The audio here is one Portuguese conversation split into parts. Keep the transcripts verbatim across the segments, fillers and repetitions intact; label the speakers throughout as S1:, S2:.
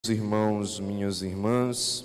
S1: Irmãos, minhas irmãs,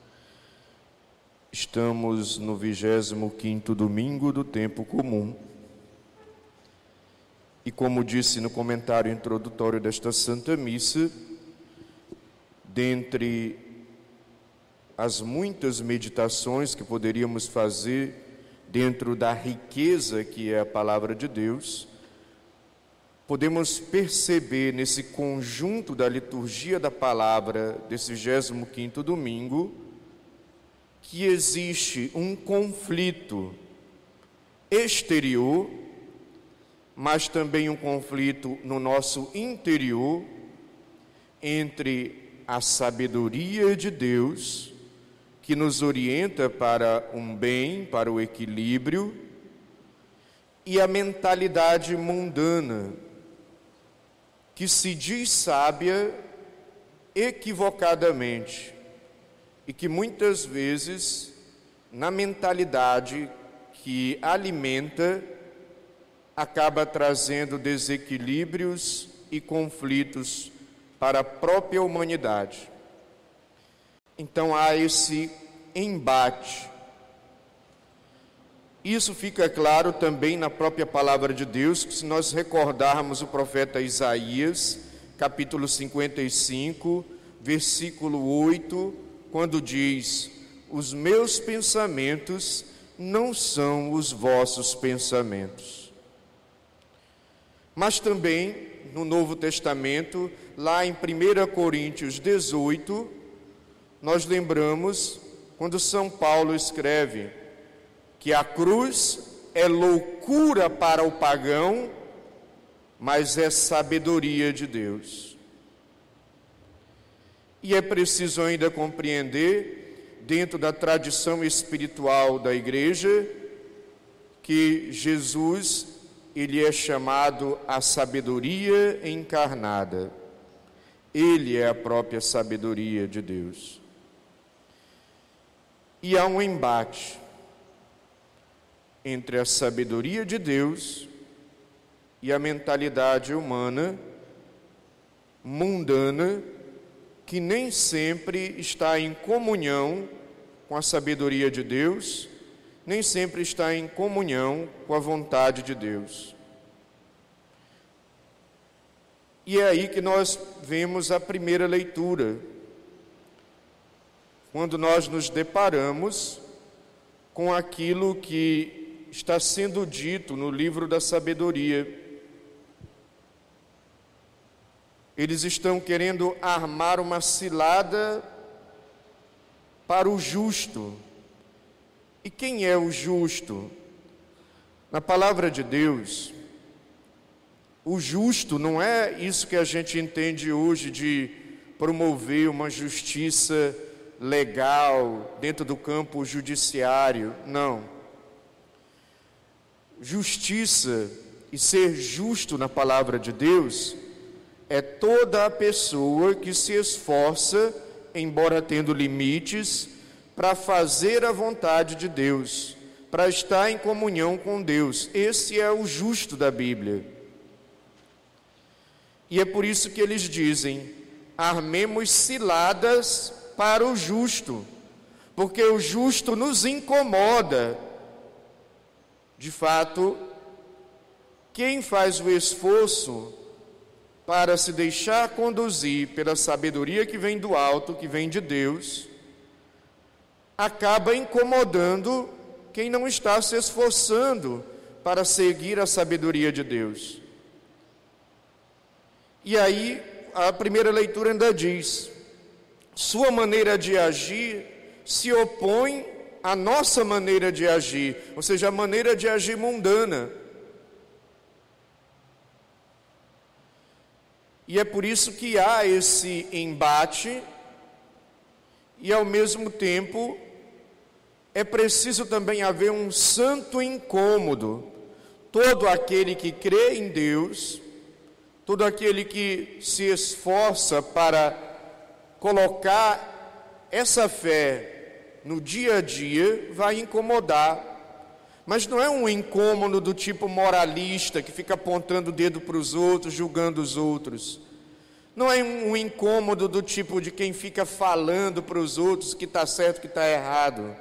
S1: estamos no vigésimo quinto domingo do tempo comum. E como disse no comentário introdutório desta Santa Missa, dentre as muitas meditações que poderíamos fazer dentro da riqueza que é a Palavra de Deus, podemos perceber nesse conjunto da liturgia da palavra desse vigésimo quinto domingo que existe um conflito exterior, mas também um conflito no nosso interior entre a sabedoria de Deus, que nos orienta para um bem, para o equilíbrio, e a mentalidade mundana, que se diz sábia equivocadamente e que muitas vezes, na mentalidade que alimenta, acaba trazendo desequilíbrios e conflitos para a própria humanidade. Então há esse embate. Isso fica claro também na própria palavra de Deus, que se nós recordarmos o profeta Isaías, capítulo cinquenta e cinco, versículo oito, quando diz: os meus pensamentos não são os vossos pensamentos. Mas também no Novo Testamento, lá em primeira Coríntios dezoito, nós lembramos quando São Paulo escreve que a cruz é loucura para o pagão, mas é sabedoria de Deus. E é preciso ainda compreender, dentro da tradição espiritual da Igreja, que Jesus, ele é chamado a sabedoria encarnada. Ele é a própria sabedoria de Deus. E há um embate entre a sabedoria de Deus e a mentalidade humana, mundana, que nem sempre está em comunhão com a sabedoria de Deus, nem sempre está em comunhão com a vontade de Deus. E é aí que nós vemos a primeira leitura, quando nós nos deparamos com aquilo que está sendo dito no livro da sabedoria. Eles estão querendo armar uma cilada para o justo. E quem é o justo? Na palavra de Deus, o justo não é isso que a gente entende hoje de promover uma justiça legal dentro do campo judiciário. Não. Justiça e ser justo na palavra de Deus é toda a pessoa que se esforça, embora tendo limites, para fazer a vontade de Deus, para estar em comunhão com Deus. Esse é o justo da Bíblia. E é por isso que eles dizem: armemos ciladas para o justo, porque o justo nos incomoda. De fato, quem faz o esforço para se deixar conduzir pela sabedoria que vem do alto, que vem de Deus, acaba incomodando quem não está se esforçando para seguir a sabedoria de Deus. E aí, a primeira leitura ainda diz: sua maneira de agir se opõe à nossa maneira de agir, ou seja, a maneira de agir mundana. E é por isso que há esse embate, e ao mesmo tempo é preciso também haver um santo incômodo. Todo aquele que crê em Deus, todo aquele que se esforça para colocar essa fé no dia a dia, vai incomodar. Mas não é um incômodo do tipo moralista, que fica apontando o dedo para os outros, julgando os outros. Não é um incômodo do tipo de quem fica falando para os outros que está certo, que está errado.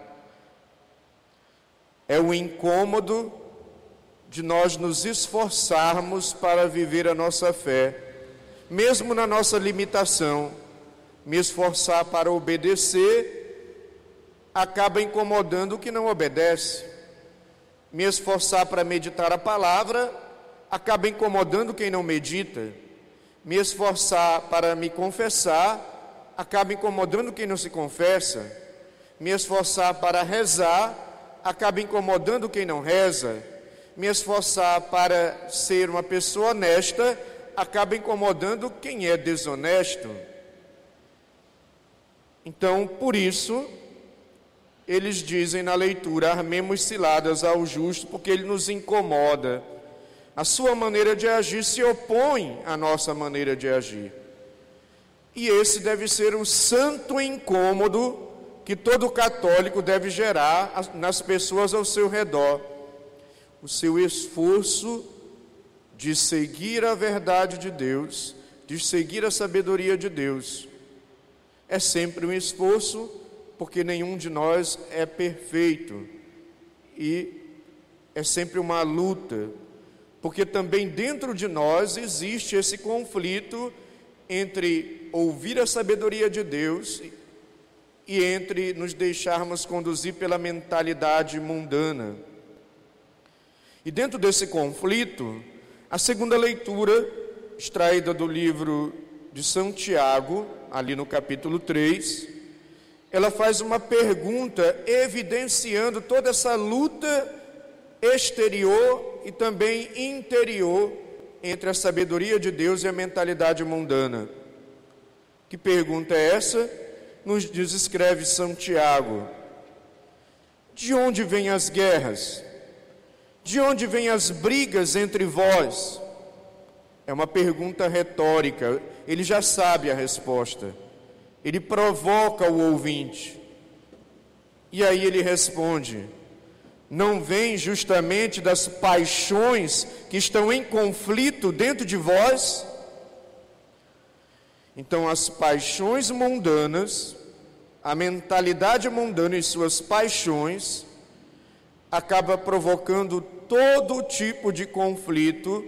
S1: É o incômodo de nós nos esforçarmos para viver a nossa fé, mesmo na nossa limitação. Me esforçar para obedecer acaba incomodando o que não obedece. Me esforçar para meditar a palavra acaba incomodando quem não medita. Me esforçar para me confessar acaba incomodando quem não se confessa. Me esforçar para rezar acaba incomodando quem não reza. Me esforçar para ser uma pessoa honesta acaba incomodando quem é desonesto. Então, por isso, eles dizem na leitura: armemos ciladas ao justo, porque ele nos incomoda. A sua maneira de agir se opõe à nossa maneira de agir. E esse deve ser o santo incômodo que todo católico deve gerar nas pessoas ao seu redor. O seu esforço de seguir a verdade de Deus, de seguir a sabedoria de Deus. É sempre um esforço, porque nenhum de nós é perfeito. E é sempre uma luta, porque também dentro de nós existe esse conflito entre ouvir a sabedoria de Deus e entre nos deixarmos conduzir pela mentalidade mundana. E dentro desse conflito, a segunda leitura, extraída do livro de São Tiago, ali no capítulo três, ela faz uma pergunta evidenciando toda essa luta exterior e também interior entre a sabedoria de Deus e a mentalidade mundana. Que pergunta é essa? Nos descreve São Tiago. De onde vêm as guerras? De onde vêm as brigas entre vós? É uma pergunta retórica. Ele já sabe a resposta. Ele provoca o ouvinte. E aí ele responde: não vem justamente das paixões que estão em conflito dentro de vós? Então, as paixões mundanas, a mentalidade mundana e suas paixões, acaba provocando todo tipo de conflito,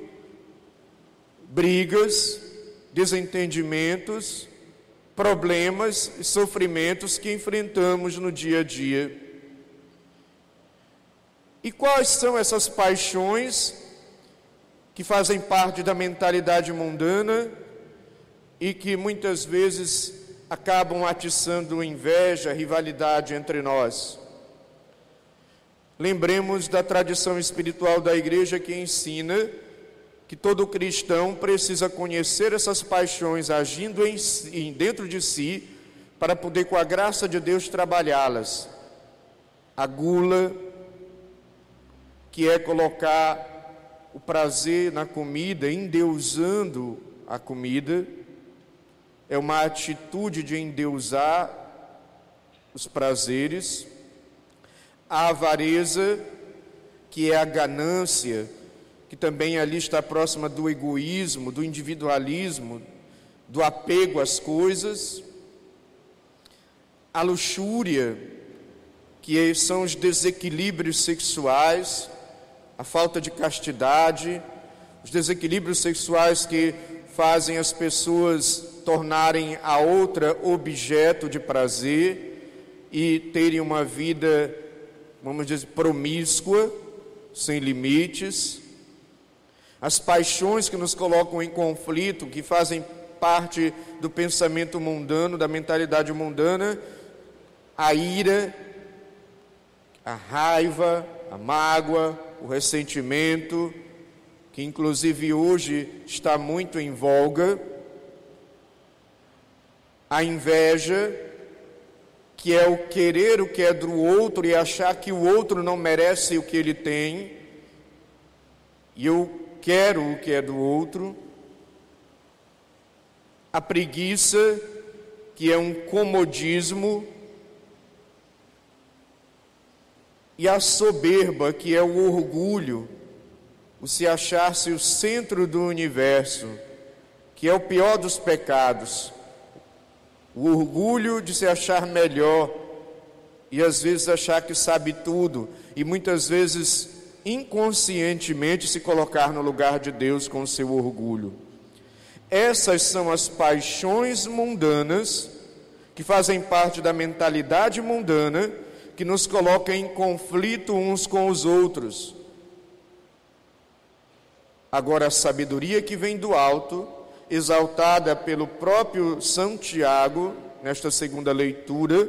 S1: brigas, desentendimentos, problemas e sofrimentos que enfrentamos no dia a dia. E quais são essas paixões que fazem parte da mentalidade mundana e que muitas vezes acabam atiçando inveja, rivalidade entre nós? Lembremos da tradição espiritual da Igreja, que ensina que todo cristão precisa conhecer essas paixões agindo em si, dentro de si, para poder, com a graça de Deus, trabalhá-las. A gula, que é colocar o prazer na comida, endeusando a comida, é uma atitude de endeusar os prazeres. A avareza, que é a ganância, que também ali está próxima do egoísmo, do individualismo, do apego às coisas. A luxúria, que são os desequilíbrios sexuais, a falta de castidade, os desequilíbrios sexuais que fazem as pessoas tornarem a outra objeto de prazer e terem uma vida, vamos dizer, promíscua, sem limites. As paixões que nos colocam em conflito, que fazem parte do pensamento mundano, da mentalidade mundana, a ira, a raiva, a mágoa, o ressentimento, que inclusive hoje está muito em voga, a inveja, que é o querer o que é do outro e achar que o outro não merece o que ele tem, e eu quero o que é do outro. A preguiça, que é um comodismo, e a soberba, que é o orgulho, o se achar-se o centro do universo, que é o pior dos pecados, o orgulho de se achar melhor e às vezes achar que sabe tudo e muitas vezes inconscientemente se colocar no lugar de Deus com o seu orgulho. Essas são as paixões mundanas que fazem parte da mentalidade mundana, que nos coloca em conflito uns com os outros. Agora, a sabedoria que vem do alto, exaltada pelo próprio São Tiago, nesta segunda leitura,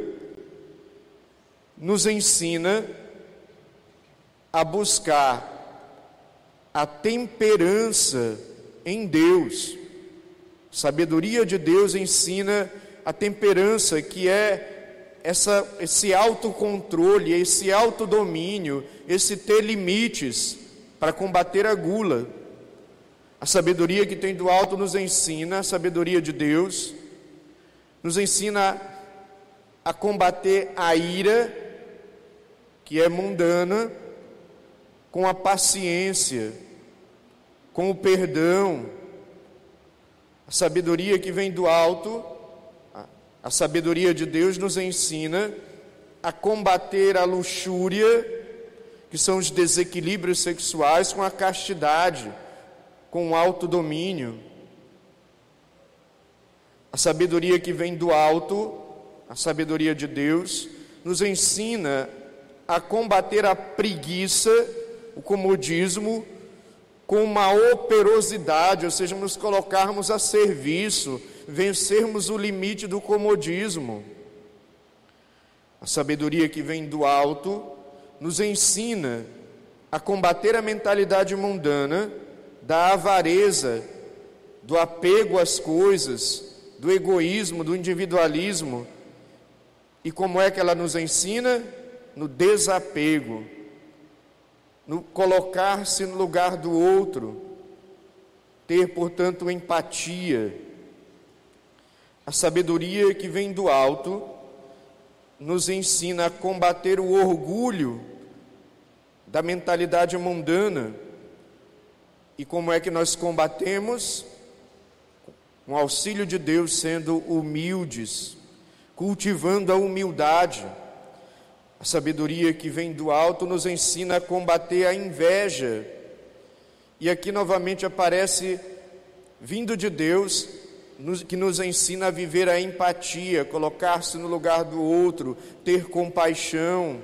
S1: nos ensina a buscar a temperança em Deus. Sabedoria de Deus ensina a temperança, que é essa, esse autocontrole, esse autodomínio, esse ter limites para combater a gula. A sabedoria que tem do alto nos ensina, a sabedoria de Deus, nos ensina a combater a ira, que é mundana, com a paciência, com o perdão. A sabedoria que vem do alto, a sabedoria de Deus nos ensina a combater a luxúria, que são os desequilíbrios sexuais, com a castidade, com o autodomínio. A sabedoria que vem do alto, a sabedoria de Deus, nos ensina a combater a preguiça, o comodismo, com uma operosidade, ou seja, nos colocarmos a serviço, vencermos o limite do comodismo. A sabedoria que vem do alto nos ensina a combater a mentalidade mundana da avareza, do apego às coisas, do egoísmo, do individualismo. E como é que ela nos ensina? No desapego, no colocar-se no lugar do outro, ter, portanto, empatia. A sabedoria que vem do alto nos ensina a combater o orgulho da mentalidade mundana. E como é que nós combatemos? Com o auxílio de Deus, sendo humildes, cultivando a humildade. A sabedoria que vem do alto nos ensina a combater a inveja. E aqui novamente aparece, vindo de Deus, que nos ensina a viver a empatia, colocar-se no lugar do outro, ter compaixão,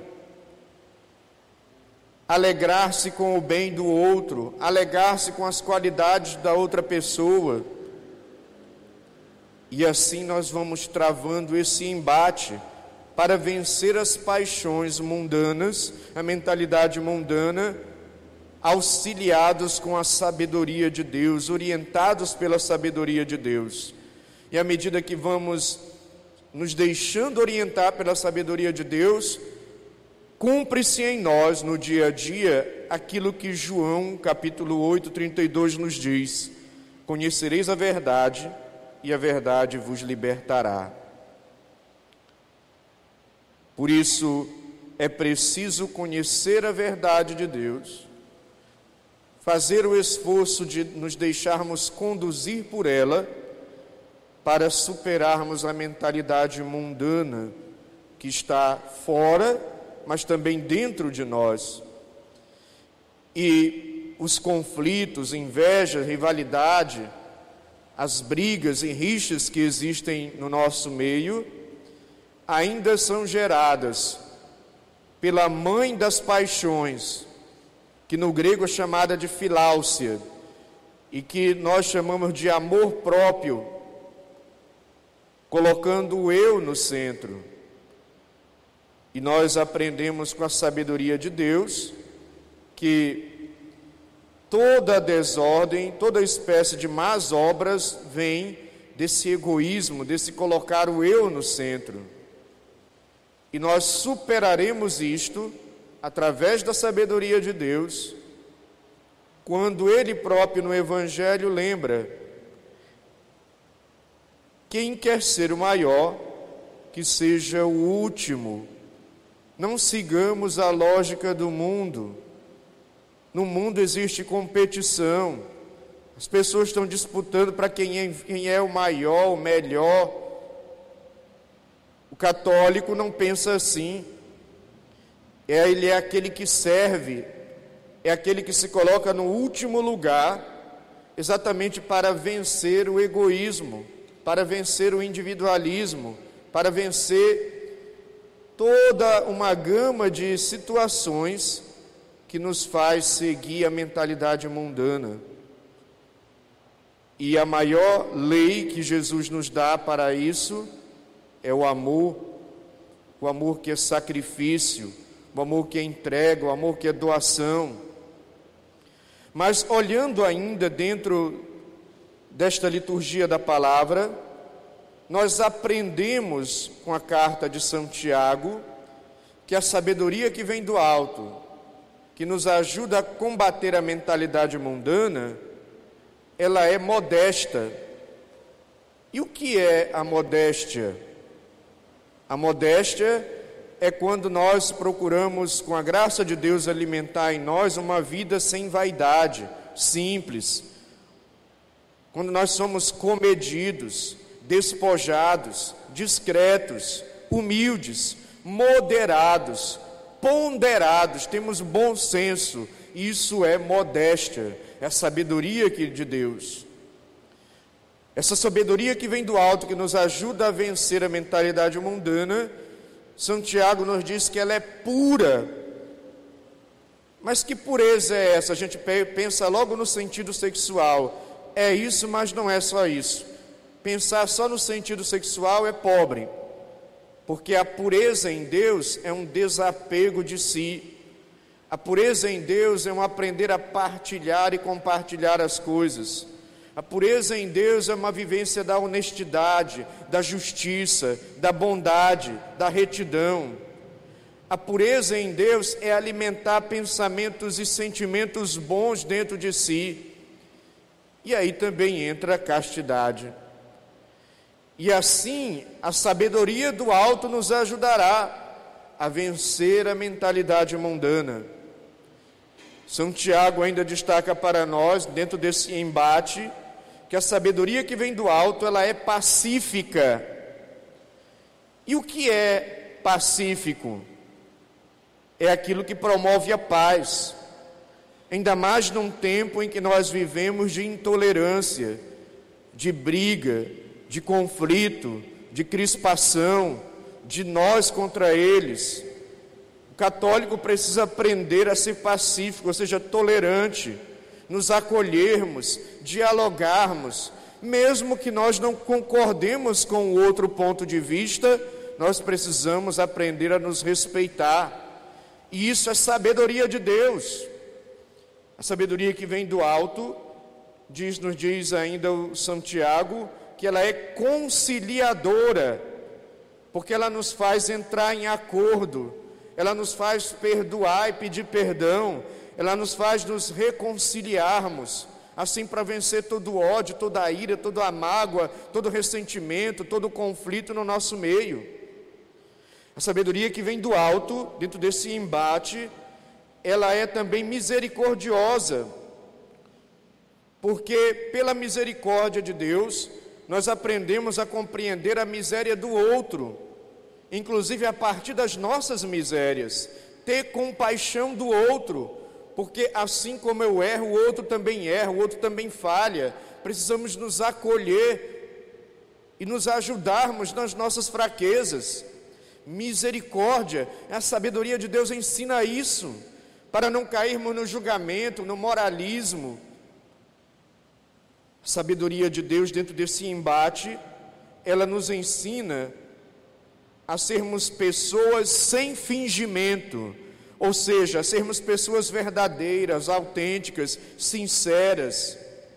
S1: alegrar-se com o bem do outro, alegrar-se com as qualidades da outra pessoa. E assim nós vamos travando esse embate para vencer as paixões mundanas, a mentalidade mundana, auxiliados com a sabedoria de Deus, orientados pela sabedoria de Deus. E à medida que vamos nos deixando orientar pela sabedoria de Deus, cumpre-se em nós, no dia a dia, aquilo que João, capítulo oito, trinta e dois, nos diz: conhecereis a verdade, e a verdade vos libertará. Por isso, é preciso conhecer a verdade de Deus, fazer o esforço de nos deixarmos conduzir por ela, para superarmos a mentalidade mundana que está fora, mas também dentro de nós. E os conflitos, inveja, rivalidade, as brigas e rixas que existem no nosso meio, ainda são geradas pela mãe das paixões, que no grego é chamada de filáusia, e que nós chamamos de amor próprio, colocando o eu no centro. E nós aprendemos com a sabedoria de Deus que toda desordem, toda espécie de más obras vem desse egoísmo, desse colocar o eu no centro. E nós superaremos isto através da sabedoria de Deus, quando Ele próprio no Evangelho lembra: quem quer ser o maior, que seja o último. Não sigamos a lógica do mundo. No mundo existe competição. A As pessoas estão disputando para quem é, quem é o maior, o melhor. O católico não pensa assim. É, ele é aquele que serve, é aquele que se coloca no último lugar, exatamente para vencer o egoísmo, para vencer o individualismo, para vencer toda uma gama de situações que nos faz seguir a mentalidade mundana. E a maior lei que Jesus nos dá para isso é o amor, o amor que é sacrifício, o amor que é entrega, o amor que é doação. Mas olhando ainda dentro desta liturgia da palavra, nós aprendemos com a carta de Santiago que a sabedoria que vem do alto, que nos ajuda a combater a mentalidade mundana, ela é modesta. E o que é a modéstia? A modéstia é quando nós procuramos, com a graça de Deus, alimentar em nós uma vida sem vaidade, simples. Quando nós somos comedidos, despojados, discretos, humildes, moderados, ponderados, temos bom senso. Isso é modéstia, é a sabedoria de Deus. Essa sabedoria que vem do alto, que nos ajuda a vencer a mentalidade mundana, Santiago nos diz que ela é pura. Mas que pureza é essa? A gente pensa logo no sentido sexual. É isso, mas não é só isso. Pensar só no sentido sexual é pobre, porque a pureza em Deus é um desapego de si. A pureza em Deus é um aprender a partilhar e compartilhar as coisas. A pureza em Deus é uma vivência da honestidade, da justiça, da bondade, da retidão. A pureza em Deus é alimentar pensamentos e sentimentos bons dentro de si. E aí também entra a castidade. E assim, a sabedoria do alto nos ajudará a vencer a mentalidade mundana. Santiago ainda destaca para nós, dentro desse embate, que a sabedoria que vem do alto, ela é pacífica. E o que é pacífico? É aquilo que promove a paz. Ainda mais num tempo em que nós vivemos de intolerância, de briga, de conflito, de crispação, de nós contra eles. O católico precisa aprender a ser pacífico, ou seja, tolerante, nos acolhermos, dialogarmos, mesmo que nós não concordemos com o outro ponto de vista, nós precisamos aprender a nos respeitar. E isso é sabedoria de Deus. A sabedoria que vem do alto, diz, nos diz ainda o Santiago, que ela é conciliadora, porque ela nos faz entrar em acordo, ela nos faz perdoar e pedir perdão, ela nos faz nos reconciliarmos, assim para vencer todo o ódio, toda a ira, toda a mágoa, todo o ressentimento, todo o conflito no nosso meio. A sabedoria que vem do alto, dentro desse embate, ela é também misericordiosa, porque pela misericórdia de Deus, nós aprendemos a compreender a miséria do outro, inclusive a partir das nossas misérias, ter compaixão do outro, porque assim como eu erro, o outro também erra, o outro também falha. Precisamos nos acolher e nos ajudarmos nas nossas fraquezas. Misericórdia, a sabedoria de Deus ensina isso, para não cairmos no julgamento, no moralismo. A sabedoria de Deus dentro desse embate, ela nos ensina a sermos pessoas sem fingimento, ou seja, a sermos pessoas verdadeiras, autênticas, sinceras,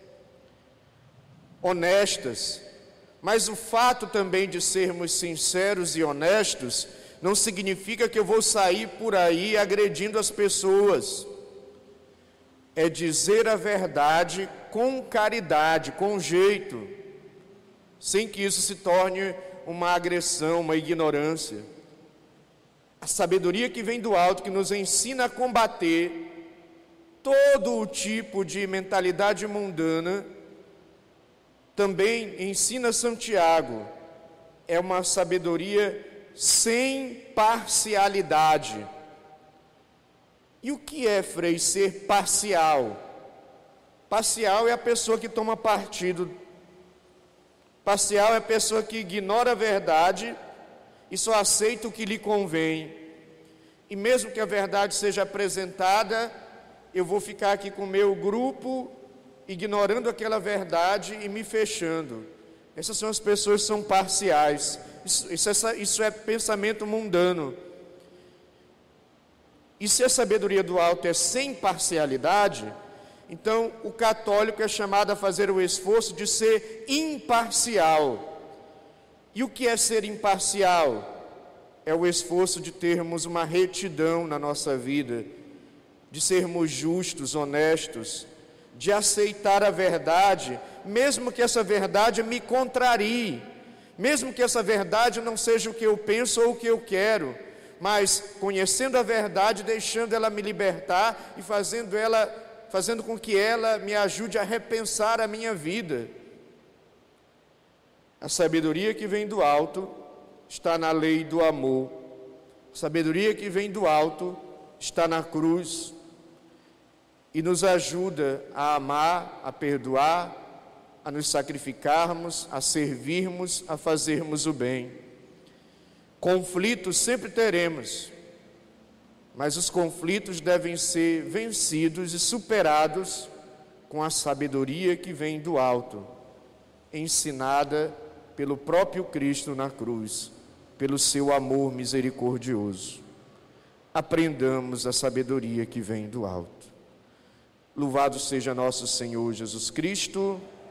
S1: honestas. Mas o fato também de sermos sinceros e honestos não significa que eu vou sair por aí agredindo as pessoas. É dizer a verdade com caridade, com jeito, sem que isso se torne uma agressão, uma ignorância. A sabedoria que vem do alto, que nos ensina a combater todo o tipo de mentalidade mundana, também ensina Santiago, é uma sabedoria sem parcialidade. E o que é, Frei, ser parcial? Parcial é a pessoa que toma partido. Parcial é a pessoa que ignora a verdade e só aceita o que lhe convém. E mesmo que a verdade seja apresentada, eu vou ficar aqui com o meu grupo, ignorando aquela verdade e me fechando. Essas são as pessoas que são parciais. Isso, isso, é, isso é pensamento mundano. E se a sabedoria do alto é sem parcialidade, então o católico é chamado a fazer o esforço de ser imparcial. E o que é ser imparcial? É o esforço de termos uma retidão na nossa vida, de sermos justos, honestos, de aceitar a verdade, mesmo que essa verdade me contrarie, mesmo que essa verdade não seja o que eu penso ou o que eu quero, mas conhecendo a verdade, deixando ela me libertar e fazendo ela, fazendo com que ela me ajude a repensar a minha vida. A sabedoria que vem do alto está na lei do amor. A sabedoria que vem do alto está na cruz e nos ajuda a amar, a perdoar, a nos sacrificarmos, a servirmos, a fazermos o bem. Conflitos sempre teremos, mas os conflitos devem ser vencidos e superados com a sabedoria que vem do alto, ensinada pelo próprio Cristo na cruz, pelo seu amor misericordioso. Aprendamos a sabedoria que vem do alto. Louvado seja nosso Senhor Jesus Cristo.